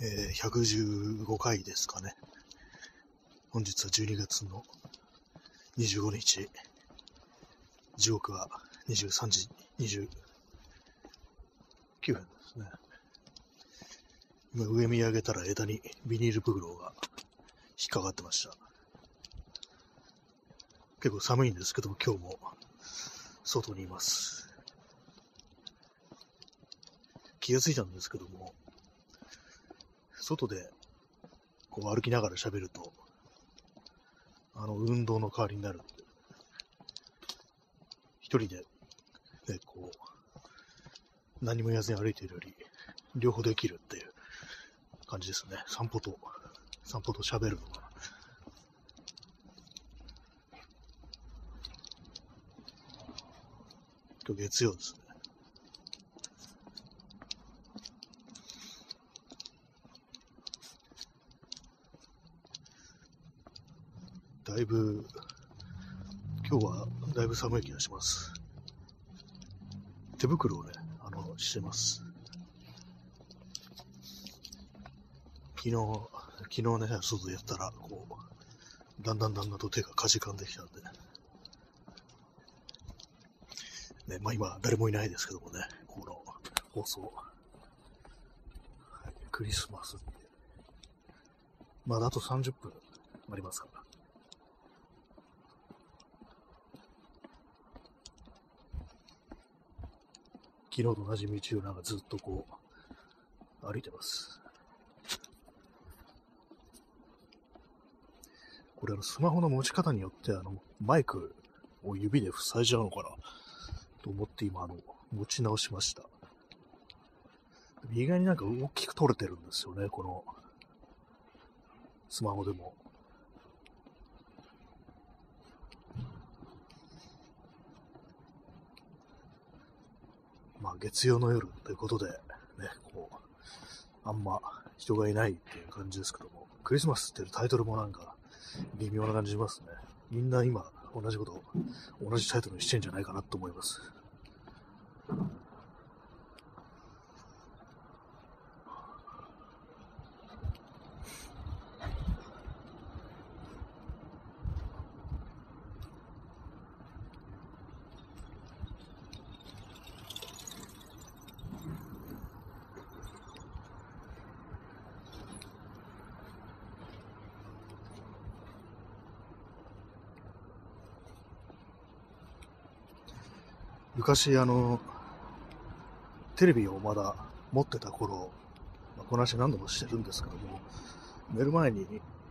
115回ですかね。本日は12月の25日。時刻は23時29分ですね。今上見上げたら枝にビニール袋が引っかかってました。結構寒いんですけども、今日も外にいます。気がついたんですけども、外でこう歩きながら喋ると、運動の代わりになるって。一人で、こう、何も言わずに歩いているより、両方できるっていう感じですね。散歩と喋るのが。今日月曜ですね。今日はだいぶ寒い気がします。手袋をね、してます。昨日ね、外でやったら、こう、だんだんと手がかじかんできたんで、ね、まあ今、誰もいないですけどもね、この放送。はい、クリスマスって。まだあと30分ありますから。昨日と同じ道をなんかずっとこう、歩いてます。これスマホの持ち方によってマイクを指で塞いじゃうのかなと思って今持ち直しました。意外になんか大きく撮れてるんですよね、このスマホでも。まあ月曜の夜ということでね、こうあんま人がいないっていう感じですけども、クリスマスっていうタイトルもなんか微妙な感じしますね。みんな今同じタイトルにしてんじゃないかなと思います。昔テレビをまだ持ってた頃、この話何度もしてるんですけども、寝る前に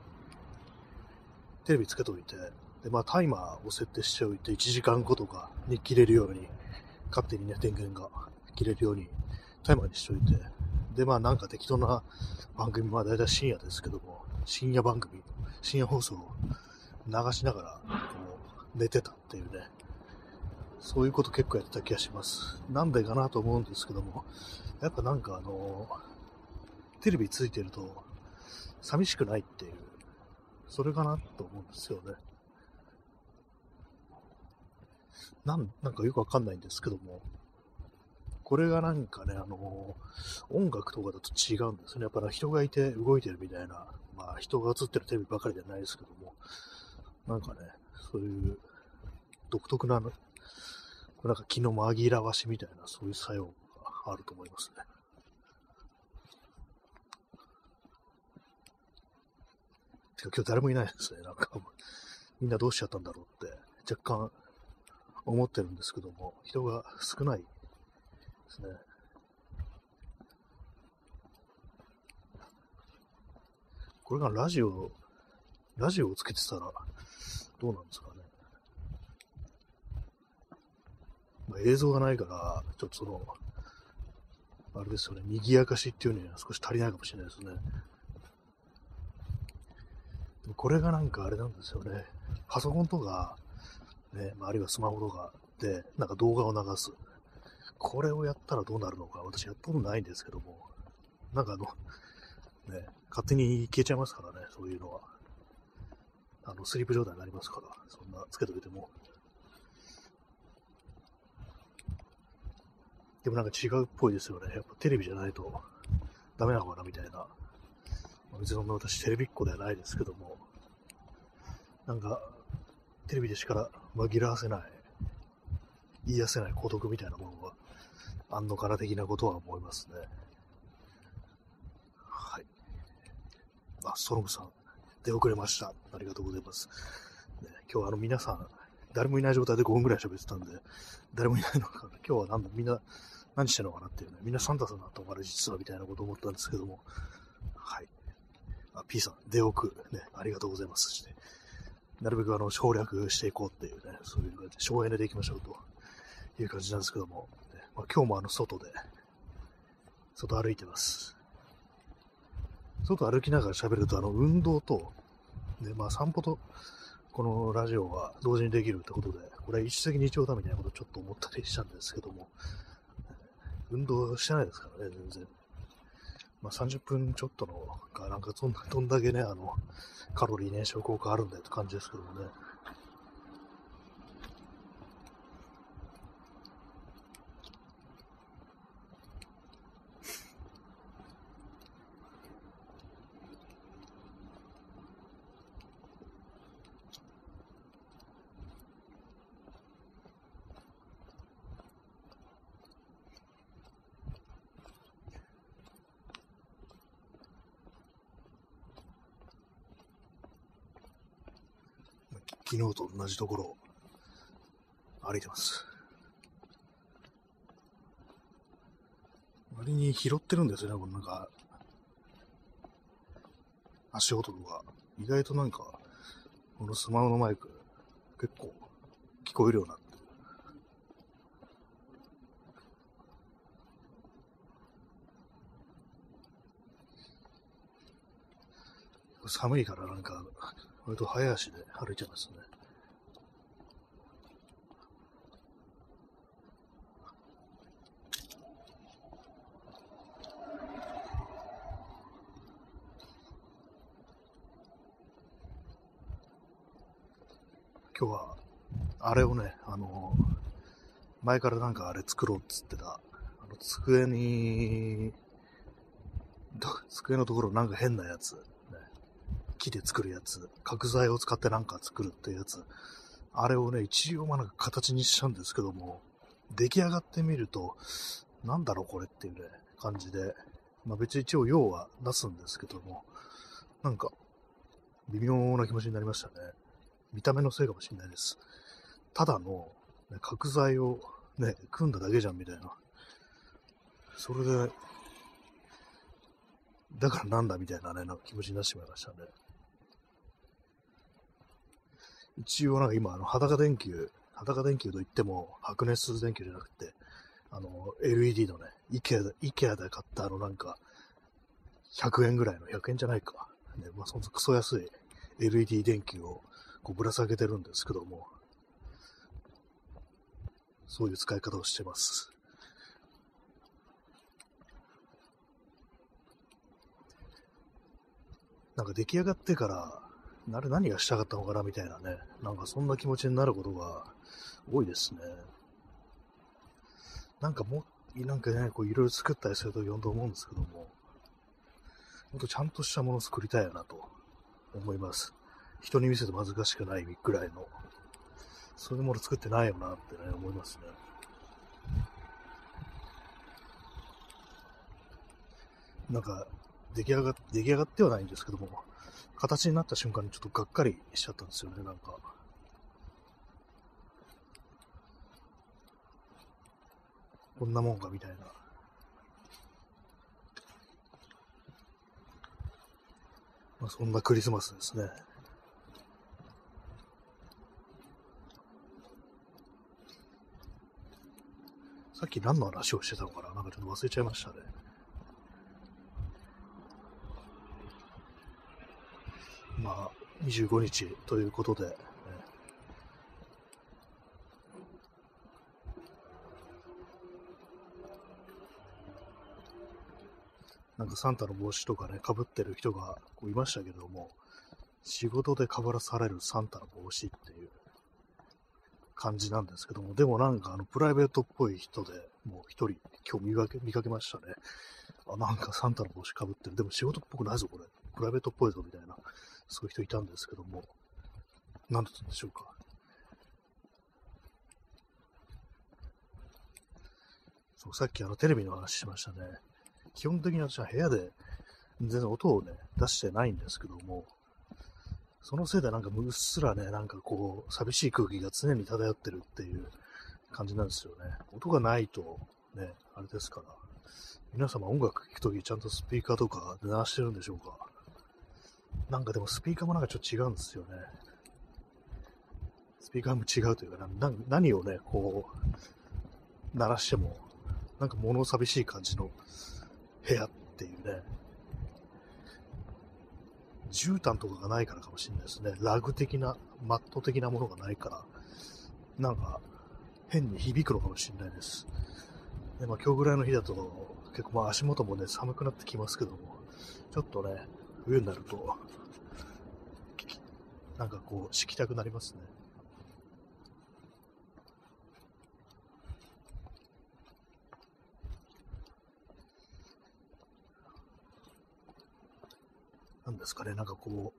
テレビつけといて、でタイマーを設定しておいて、1時間後とかに切れるように、勝手にね、電源が切れるようにタイマーにしておいて、でなんか適当な番組、だいたい深夜ですけども、深夜放送を流しながらこう寝てたっていうね、そういうこと結構やってた気がします。なんでかなと思うんですけども、やっぱなんかテレビついてると寂しくないっていう、それかなと思うんですよね。なんかよくわかんないんですけども、これがなんかね、音楽とかだと違うんですね。やっぱり人がいて動いてるみたいな、人が映ってるテレビばかりじゃないですけども、なんかね、そういう独特な、なんか気の紛らわしみたいな、そういう作用があると思いますね。てか今日誰もいないですね。なんかみんなどうしちゃったんだろうって若干思ってるんですけども、人が少ないですね。これがラジオをつけてたらどうなんですかね。映像がないから、ちょっとあれですよね、賑やかしっていうには少し足りないかもしれないですね。でもこれがなんかあれなんですよね。パソコンとか、ね、あるいはスマホとかで、なんか動画を流す。これをやったらどうなるのか、私やったことないんですけども、なんか勝手に消えちゃいますからね、そういうのは。スリープ状態になりますから、そんなつけといても。でもなんか違うっぽいですよね。やっぱテレビじゃないとダメなのかなみたいな別にそんな私テレビっ子ではないですけども、なんか、テレビでしか紛らわせない、言い出せない孤独みたいなものがあんのかな的なことは思いますね。はい。ストロムさん、出遅れました。ありがとうございます。ね、今日は皆さん、誰もいない状態で5分くらい喋ってたんで、誰もいないのかな。今日はみんな何してんのかなっていうね、みんなサンタさんだったのかな、実はみたいなことを思ったんですけども、はい。P さん、出遅ね、ありがとうございます。そして、なるべく省略していこうっていうね、そういう感じで省エネでいきましょうという感じなんですけども、ね、今日も外歩いてます。外歩きながら喋ると、運動と、ね、散歩と、このラジオは同時にできるってことで、これは一石二鳥だみたいなことをちょっと思ったりしたんですけども、運動してないですからね、全然。30分ちょっとのが、なんかどんだけね、カロリー燃焼効果あるんだよって感じですけどもね。昨日と同じところを歩いてます。割に拾ってるんですよね、このなんか、足音とか。意外となんか、このスマホのマイク、結構聞こえるようになって。寒いからなんか、割と早足で歩いちゃいますね。今日は、あれをね、前からなんかあれ作ろうっつってた、机のところなんか変なやつ、ね、木で作るやつ、角材を使ってなんか作るっていうやつ、あれをね、一応なんか形にしたんですけども、出来上がってみると、なんだろうこれっていうね、感じで、別に一応用は出すんですけども、なんか、微妙な気持ちになりましたね。見た目のせいかもしれないです。ただの、ね、角材をね、組んだだけじゃんみたいな。それで、だからなんだみたいなね、なんか気持ちになってしまいましたね。一応なんか今、裸電球といっても、白熱電球じゃなくて、LED のね、IKEA で買ったなんか、100円ぐらいの、100円じゃないか。ね、そのクソ安い LED 電球をこうぶら下げてるんですけども、そういう使い方をしてます。なんか出来上がってから、何がしたかったのかなみたいなね、なんかそんな気持ちになることが多いですね。なんかね、こういろいろ作ったりすると読んで思うんですけども、もっとちゃんとしたものを作りたいなと思います。人に見せて恥ずかしくないくらいの、そういうもの作ってないよなってね、思いますね。なんか、出来上がってはないんですけども、形になった瞬間にちょっとがっかりしちゃったんですよね、なんか。こんなもんかみたいな。そんなクリスマスですね。さっき何の話をしてたのかな、なんかちょっと忘れちゃいましたね。25日ということで、なんかサンタの帽子とかね、被ってる人がいましたけども、仕事で被らされるサンタの帽子っていう感じなんですけども、でもなんかプライベートっぽい人で、もう一人今日見かけましたね。なんかサンタの帽子被ってる。でも仕事っぽくないぞ、これ。 プライベートっぽいぞみたいな、そういう人いたんですけども、なんだったんでしょうか。そう、さっきテレビの話しましたね。基本的に私は部屋で全然音をね、出してないんですけども、そのせいでなんかうっすらね、なんかこう、寂しい空気が常に漂ってるっていう感じなんですよね。音がないと、ね、あれですから。皆様音楽聴くときちゃんとスピーカーとかで鳴らしてるんでしょうか。なんかでもスピーカーもなんかちょっと違うんですよね。スピーカーも違うというか、何をね、こう、鳴らしても、なんか物寂しい感じの部屋っていうね、絨毯とかがないからかもしれないですね。ラグ的な、マット的なものがないから、なんか変に響くのかもしれないです。で、まあ今日ぐらいの日だと、結構まあ足元もね、寒くなってきますけども、ちょっとね、冬になると、なんかこう、敷きたくなりますね。なんですかね、なんかこ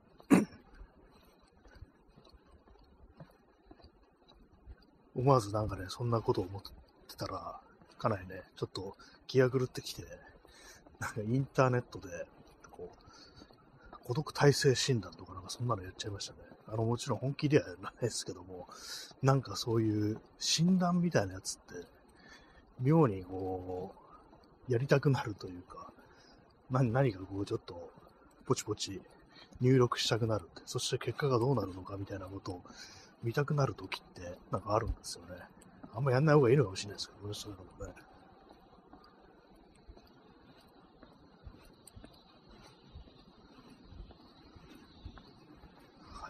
う、思わずなんかね、そんなことを思ってたら、かなりね、ちょっと気が狂ってきて、なんかインターネットで、こう、孤独耐性診断とかなんかそんなのやっちゃいましたね。もちろん本気ではないですけども、なんかそういう診断みたいなやつって、妙にこう、やりたくなるというか、何かこうちょっと、ポチポチ入力したくなるって、そして結果がどうなるのかみたいなことを見たくなるときってなんかあるんですよね。あんまやんない方がいいのかもしれないですけどね、そういうのもね。はい。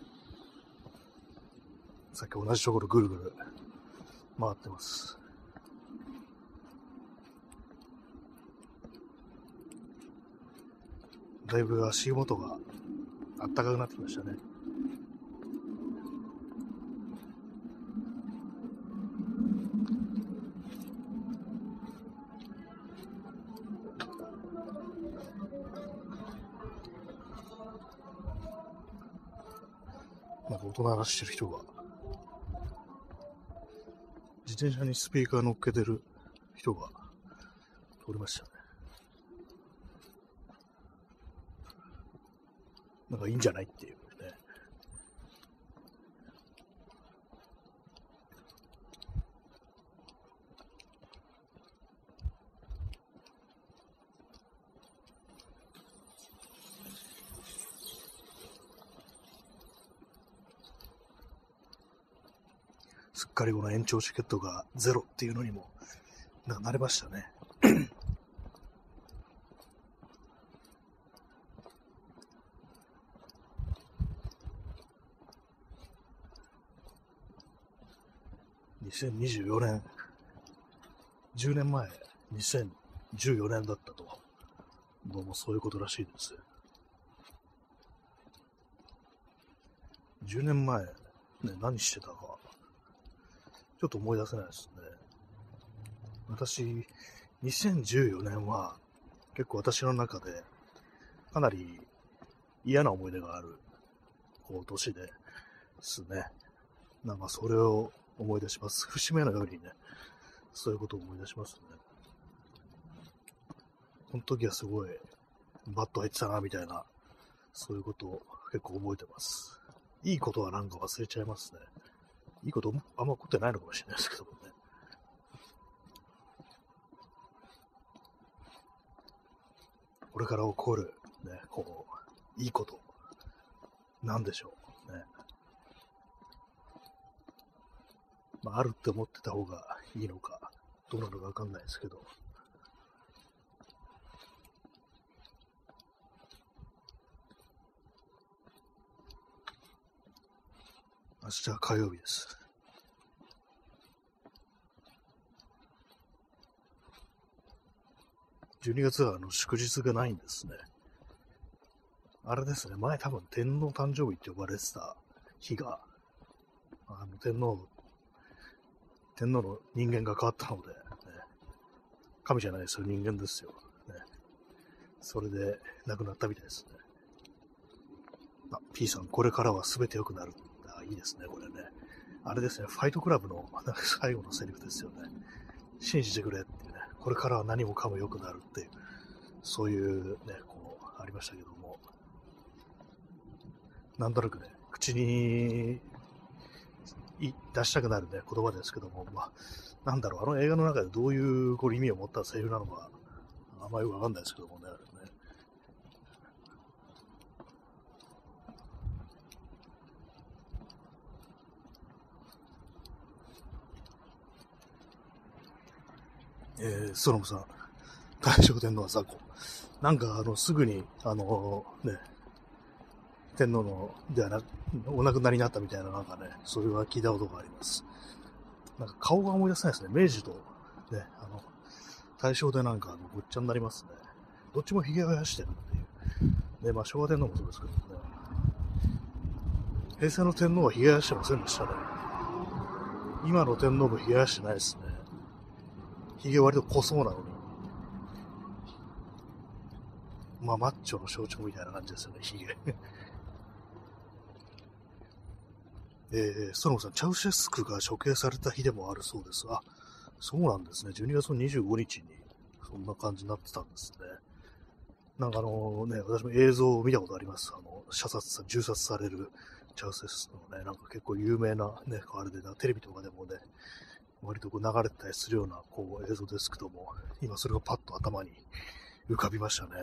さっき同じところぐるぐる回ってます。だいぶ足元があったかくなってきましたね。なんか音鳴らしてる人が、自転車にスピーカー乗っけてる人が通りましたね。なんかいいんじゃないっていうね。すっかりこの延長チケットがゼロっていうのにも、なんか慣れましたね。2024年、10年前、2014年だったと。どうもそういうことらしいです。10年前、ね、何してたか、ちょっと思い出せないですね。私、2014年は、結構私の中で、かなり嫌な思い出がある、こう、年ですね。なんかそれを思い出します。節目のようにね、そういうことを思い出しますね。この時はすごい、バット入ってたな、みたいな、そういうことを結構覚えてます。いいことはなんか忘れちゃいますね。いいことあんま起こってないのかもしれないですけどもね。これから起こる、ね、こう、いいこと、なんでしょう。ね。まあ、あるって思ってた方がいいのか、どうなのかわかんないですけど。明日は火曜日です。12月は祝日がないんですね。あれですね、前多分天皇誕生日って呼ばれてた日が、天皇の人間が変わったので、ね、神じゃないですよ、人間ですよ。ね、 それで亡くなったみたいですね。あ、P さん、これからは全て良くなる。あ、いいですね、これね。あれですね、ファイトクラブの最後のセリフですよね。信じてくれっていうね、これからは何もかも良くなるっていう、そういうね、こう、ありましたけども、なんとなくね、口に出したくなるね、言葉ですけども、まあ、なんだろう、あの映画の中でどういうこう意味を持ったセリフなのか、あんまりよくわかんないですけどもね、あれね。ストロムさん、大正天皇は雑魚。なんか、すぐに、ね、天皇の、ではなく、お亡くなりになったみたいな、なんかね、それは聞いたことがあります。なんか顔が思い出せないですね。明治と、ね、大正でなんか、ごっちゃになりますね。どっちも髭を生やしてるっていう。ね、まあ、昭和天皇もそうですけどね。平成の天皇は髭生やしてませんでしたね。今の天皇も髭生やしてないですね。髭割と濃そうなのに。まあ、マッチョの象徴みたいな感じですよね、髭。ストロムさん、チャウシェスクが処刑された日でもあるそうです。あ、そうなんですね。12月の25日に、そんな感じになってたんですね。なんかね、私も映像を見たことあります。銃殺されるチャウシェスクのね、なんか結構有名なね、あれでテレビとかでもね、割とこう流れてたりするようなこう映像ですけども、今それがパッと頭に浮かびましたね。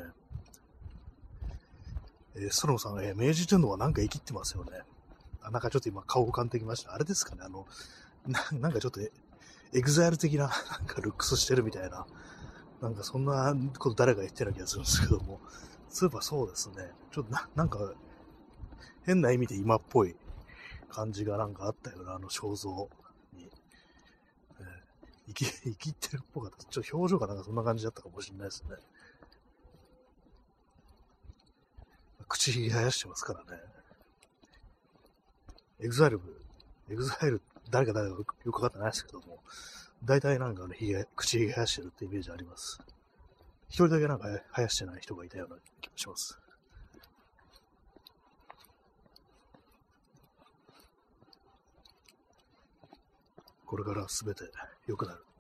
ストロムさん、明治天皇はなんか生きってますよね。なんかちょっと今顔浮かんできました。あれですかね、なんかちょっとエグザイル的な、なんかルックスしてるみたいな、なんかそんなこと誰か言ってる気がするんですけども、そういえばそうですね、ちょっとなんか変な意味で今っぽい感じがなんかあったような、肖像に、生きってるっぽかった。ちょっと表情がなんかそんな感じだったかもしれないですね。口生やしてますからね。エグザイル、誰かよくわかってないですけども、大体なんか口生やしてるってイメージあります。一人だけなんか生やしてない人がいたような気がします。これからすべて良くなる。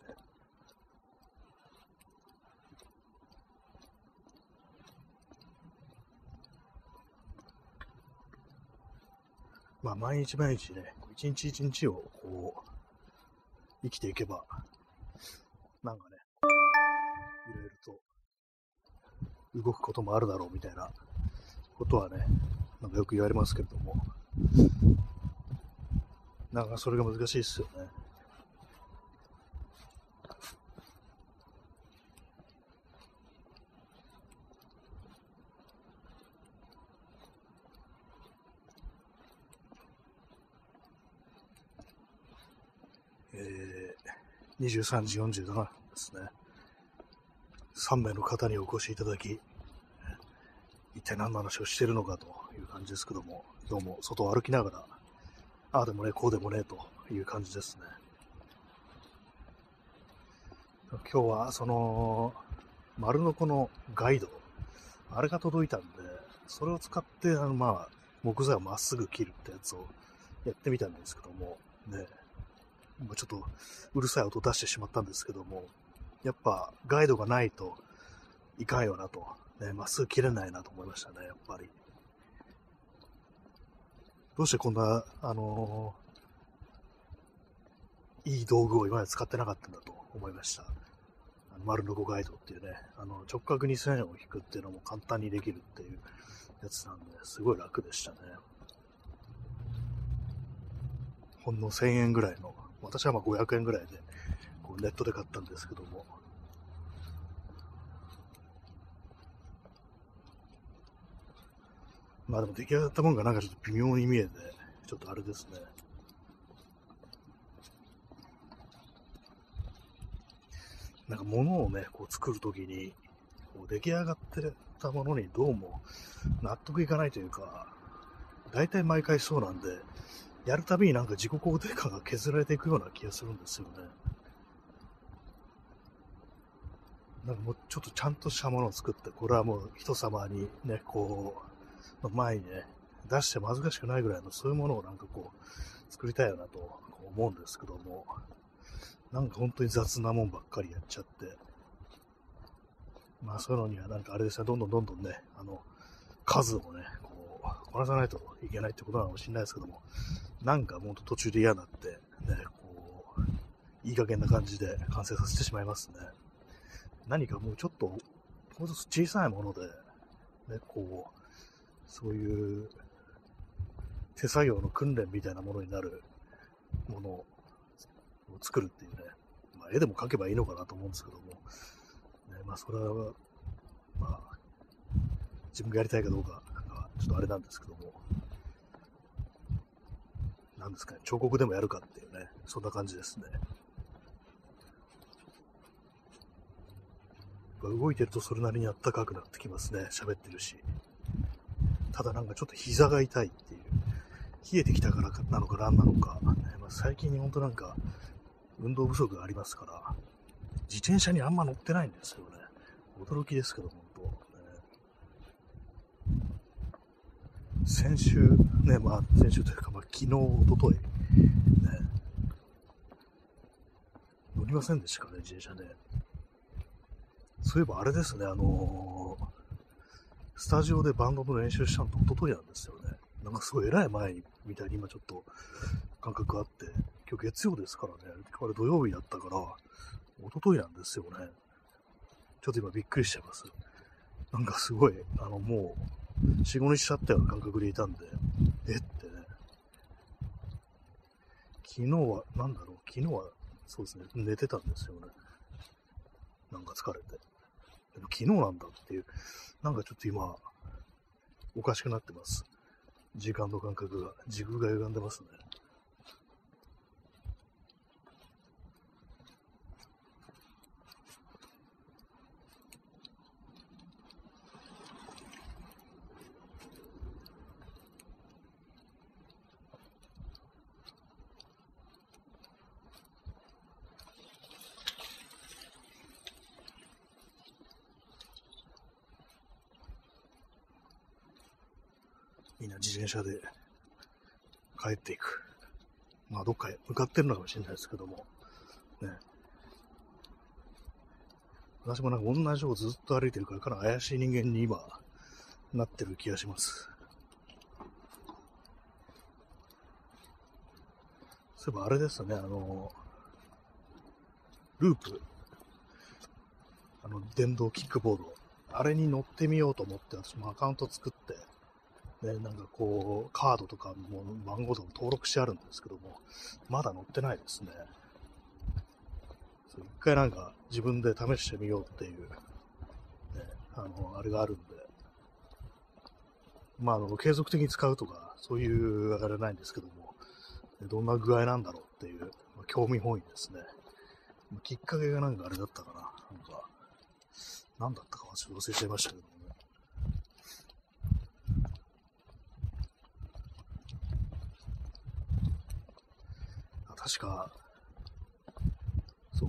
まあ、毎日毎日ね、一日一日をこう、生きていけば、なんかね、いろいろと動くこともあるだろうみたいなことはね、なんかよく言われますけれども、なんかそれが難しいですよね。23時47分ですね。3名の方にお越しいただき、一体何の話をしているのかという感じですけども、どうも外を歩きながら、ああでもね、こうでもね、という感じですね。今日は、丸のこのガイド、あれが届いたんで、それを使って、まあ、木材をまっすぐ切るってやつをやってみたんですけども、ね、ちょっとうるさい音を出してしまったんですけども、やっぱガイドがないといかんよなと、ね、まっすぐ切れないなと思いましたね、やっぱり。どうしてこんな、いい道具を今まで使ってなかったんだと思いました。丸のこガイドっていうね、直角に線を引くっていうのも簡単にできるっていうやつなんで、すごい楽でしたね。ほんの1000円ぐらいの、私はまあ500円ぐらいでこうネットで買ったんですけども、まあでも出来上がったもんがなんかちょっと微妙に見えて、ちょっとあれですね。なんか物をね、こう作るときに、こう出来上がってたものにどうも納得いかないというか、大体毎回そうなんで、やるたびになんか自己肯定感が削られていくような気がするんですよね。 なんかもうちょっとちゃんとしたものを作って、これはもう人様にね、こう、前にね、出しても恥ずかしくないぐらいのそういうものをなんかこう、作りたいよなと思うんですけども、なんか本当に雑なもんばっかりやっちゃって、まあそういうのにはなんかあれですね、どんどんね、数をね、こう、こなさないといけないってことなのかもしれないですけども、なんかもう途中で嫌になって、ね、こう、いい加減な感じで完成させてしまいますね。何かもうちょっと、もうちょっと小さいもので、ね、こう、そういう手作業の訓練みたいなものになるものを作るっていうね、まあ、絵でも描けばいいのかなと思うんですけども、ね、まあそれは、まあ、自分がやりたいかどうか、ちょっとあれなんですけども、なんですかね、彫刻でもやるかっていうね、そんな感じですね。動いてるとそれなりにあったかくなってきますね、喋ってるし。ただなんかちょっと膝が痛いっていう、冷えてきたからなのか何なのか、ね、まあ、最近に本当なんか運動不足がありますから、自転車にあんま乗ってないんですよね。驚きですけど、本当。先週、ね、まあ先週というか、まあ昨日、一昨日ね、乗りませんでしたかね、自転車で。そういえばあれですね、スタジオでバンドの練習したのと一昨日なんですよね。なんかすごい偉い前にみたいに今ちょっと感覚があって、今日月曜ですからね、これ土曜日だったから、一昨日なんですよね。ちょっと今びっくりしちゃいます。なんかすごい、もう、死後にしちゃったような感覚でいたんで、えってね。昨日は、なんだろう、昨日は、そうですね、寝てたんですよね。なんか疲れて。でも昨日なんだっていう、なんかちょっと今、おかしくなってます。時間の感覚が、時空が歪んでますね。みんな自転車で帰っていく。まあ、どっかへ向かってるのかもしれないですけども、ね。私もなんか同じとこずっと歩いてるから、かなり怪しい人間に今、なってる気がします。そういえばあれですね、ループ、電動キックボード、あれに乗ってみようと思って、私もアカウント作って、ね、なんかこう、カードとかも番号とかも登録してあるんですけども、まだ乗ってないですね。一回なんか自分で試してみようっていう、ね、あれがあるんで、まあ、継続的に使うとか、そういうあれないんですけども、どんな具合なんだろうっていう、まあ、興味本位ですね。きっかけがなんかあれだったかな。なんか、なんだったかちょっと忘れちゃいましたけどもね。確か、そう、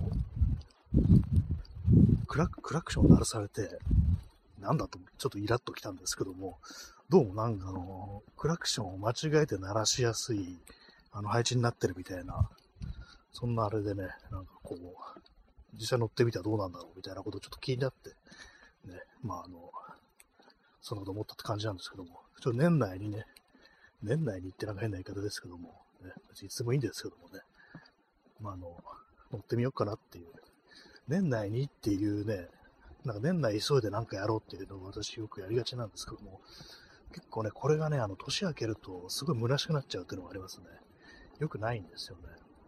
クラクション鳴らされて、なんだと、ちょっとイラッときたんですけども、どうもなんかクラクションを間違えて鳴らしやすい、配置になってるみたいな、そんなあれでね、なんかこう、実際乗ってみたらどうなんだろうみたいなことをちょっと気になって、ね、まあそんなこと思ったって感じなんですけども、ちょっと年内にね、年内にってなんか変な言い方ですけども、ね、別にいつでもいいんですけどもね、まあ乗ってみようかなっていう、年内にっていうね、なんか年内急いでなんかやろうっていうのを私よくやりがちなんですけども、結構ね、これがね、年明けるとすごい虚しくなっちゃうっていうのがありますね。よくないんですよね。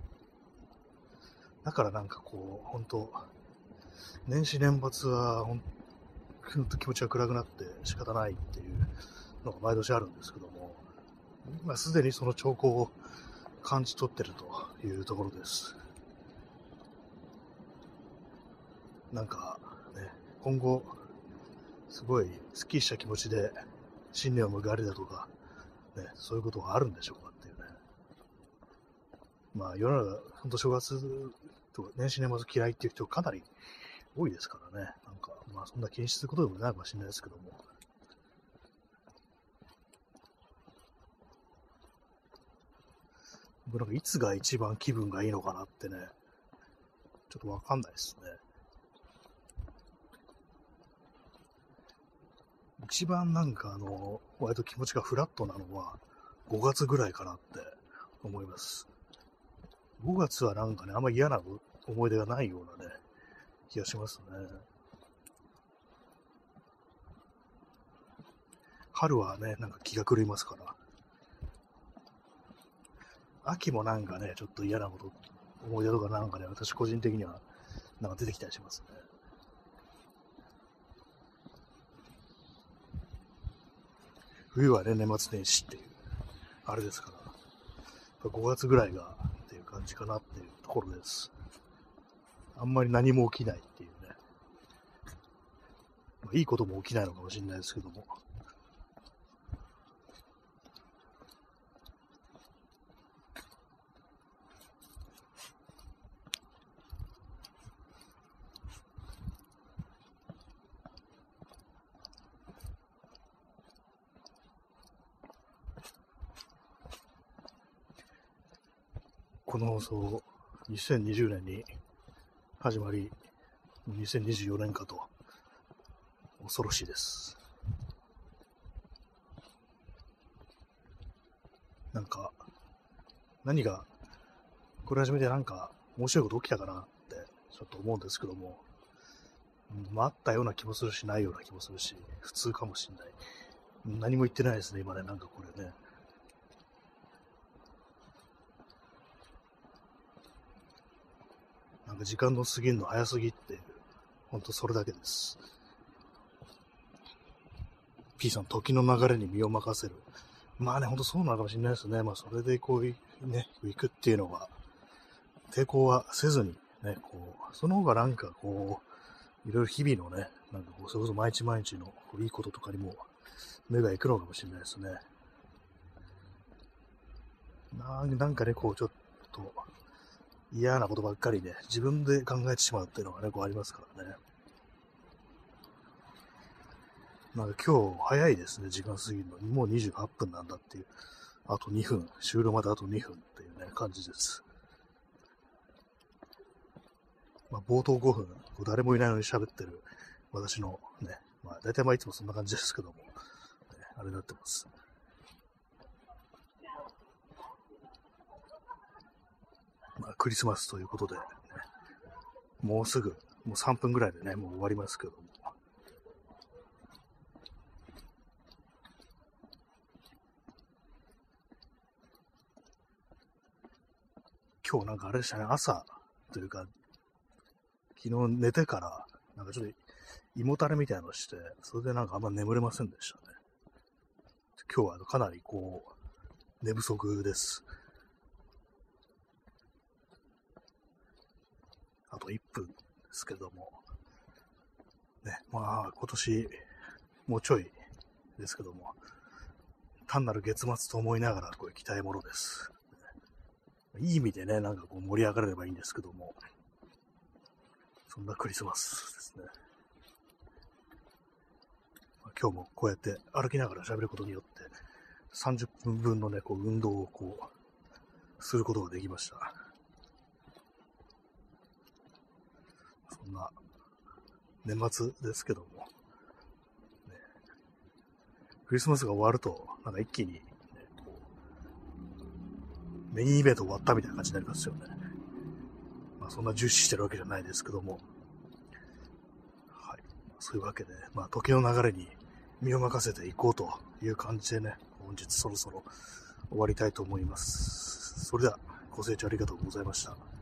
だからなんかこう、本当年始年末は本当気持ちが暗くなって仕方ないっていうのが毎年あるんですけども、今すでにその兆候を感じ取ってるというところです。なんかね、今後、すごいスッキリした気持ちで新年を迎えるだとか、ね、そういうことがあるんでしょうかっていうね。まあ世の中、本当正月とか年始年末嫌いっていう人かなり多いですからね。なんか、まあそんな気にすることでもないかもしれないですけども。僕なんかいつが一番気分がいいのかなってね、ちょっとわかんないですね。一番なんか割と気持ちがフラットなのは5月ぐらいかなって思います。5月はなんかね、あんまり嫌な思い出がないようなね、気がしますね。春はね、なんか気が狂いますから。秋もなんかね、ちょっと嫌なこと、思い出とかなんかね、私個人的にはなんか出てきたりしますね。冬はね、年末年始っていう、あれですから、5月ぐらいがっていう感じかなっていうところです。あんまり何も起きないっていうね。いいことも起きないのかもしれないですけども。この放送、2020年に始まり、2024年かと、恐ろしいです。なんか、何が、これ始めてなんか面白いこと起きたかなってちょっと思うんですけども、あったような気もするし、ないような気もするし、普通かもしれない。何も言ってないですね、今ね、なんかこれね。なんか時間の過ぎるの早すぎっていう、ほんとそれだけです。P さん、時の流れに身を任せる。まあね、ほんとそうなのかもしれないですね。まあそれでこうね、行くっていうのは、抵抗はせずに、ね、こう、その方がなんかこう、いろいろ日々のね、なんかこう、それこそ毎日毎日のいいこととかにも目が行くのかもしれないですね。なんかね、こう、ちょっと嫌なことばっかりね、自分で考えてしまうっていうのがね、こうありますからね。なんか今日早いですね、時間過ぎるのに。もう28分なんだっていう。あと2分。終了まであと2分っていうね、感じです。まあ、冒頭5分、誰もいないのに喋ってる私のね、まあ大体いつもそんな感じですけども、ね、あれになってます。まあ、クリスマスということで、ね、もうすぐ、もう3分ぐらいでね、もう終わりますけども。今日なんかあれでしたね、朝というか、昨日寝てから、なんかちょっと胃もたれみたいなのして、それでなんかあんま眠れませんでしたね。今日はかなりこう、寝不足です。あと1分ですけども。ね、まあ今年、もうちょいですけども、単なる月末と思いながらこう行きたいものです。いい意味でね、なんかこう盛り上がれればいいんですけども、そんなクリスマスですね。今日もこうやって歩きながら喋ることによって、30分分のね、こう運動をこう、することができました。そんな、年末ですけども、ね、クリスマスが終わると、なんか一気に、ね、こうメインイベント終わったみたいな感じになりますよね。まあそんな重視してるわけじゃないですけども、はい。そういうわけで、まあ時の流れに身を任せていこうという感じでね、本日そろそろ終わりたいと思います。それでは、ご清聴ありがとうございました。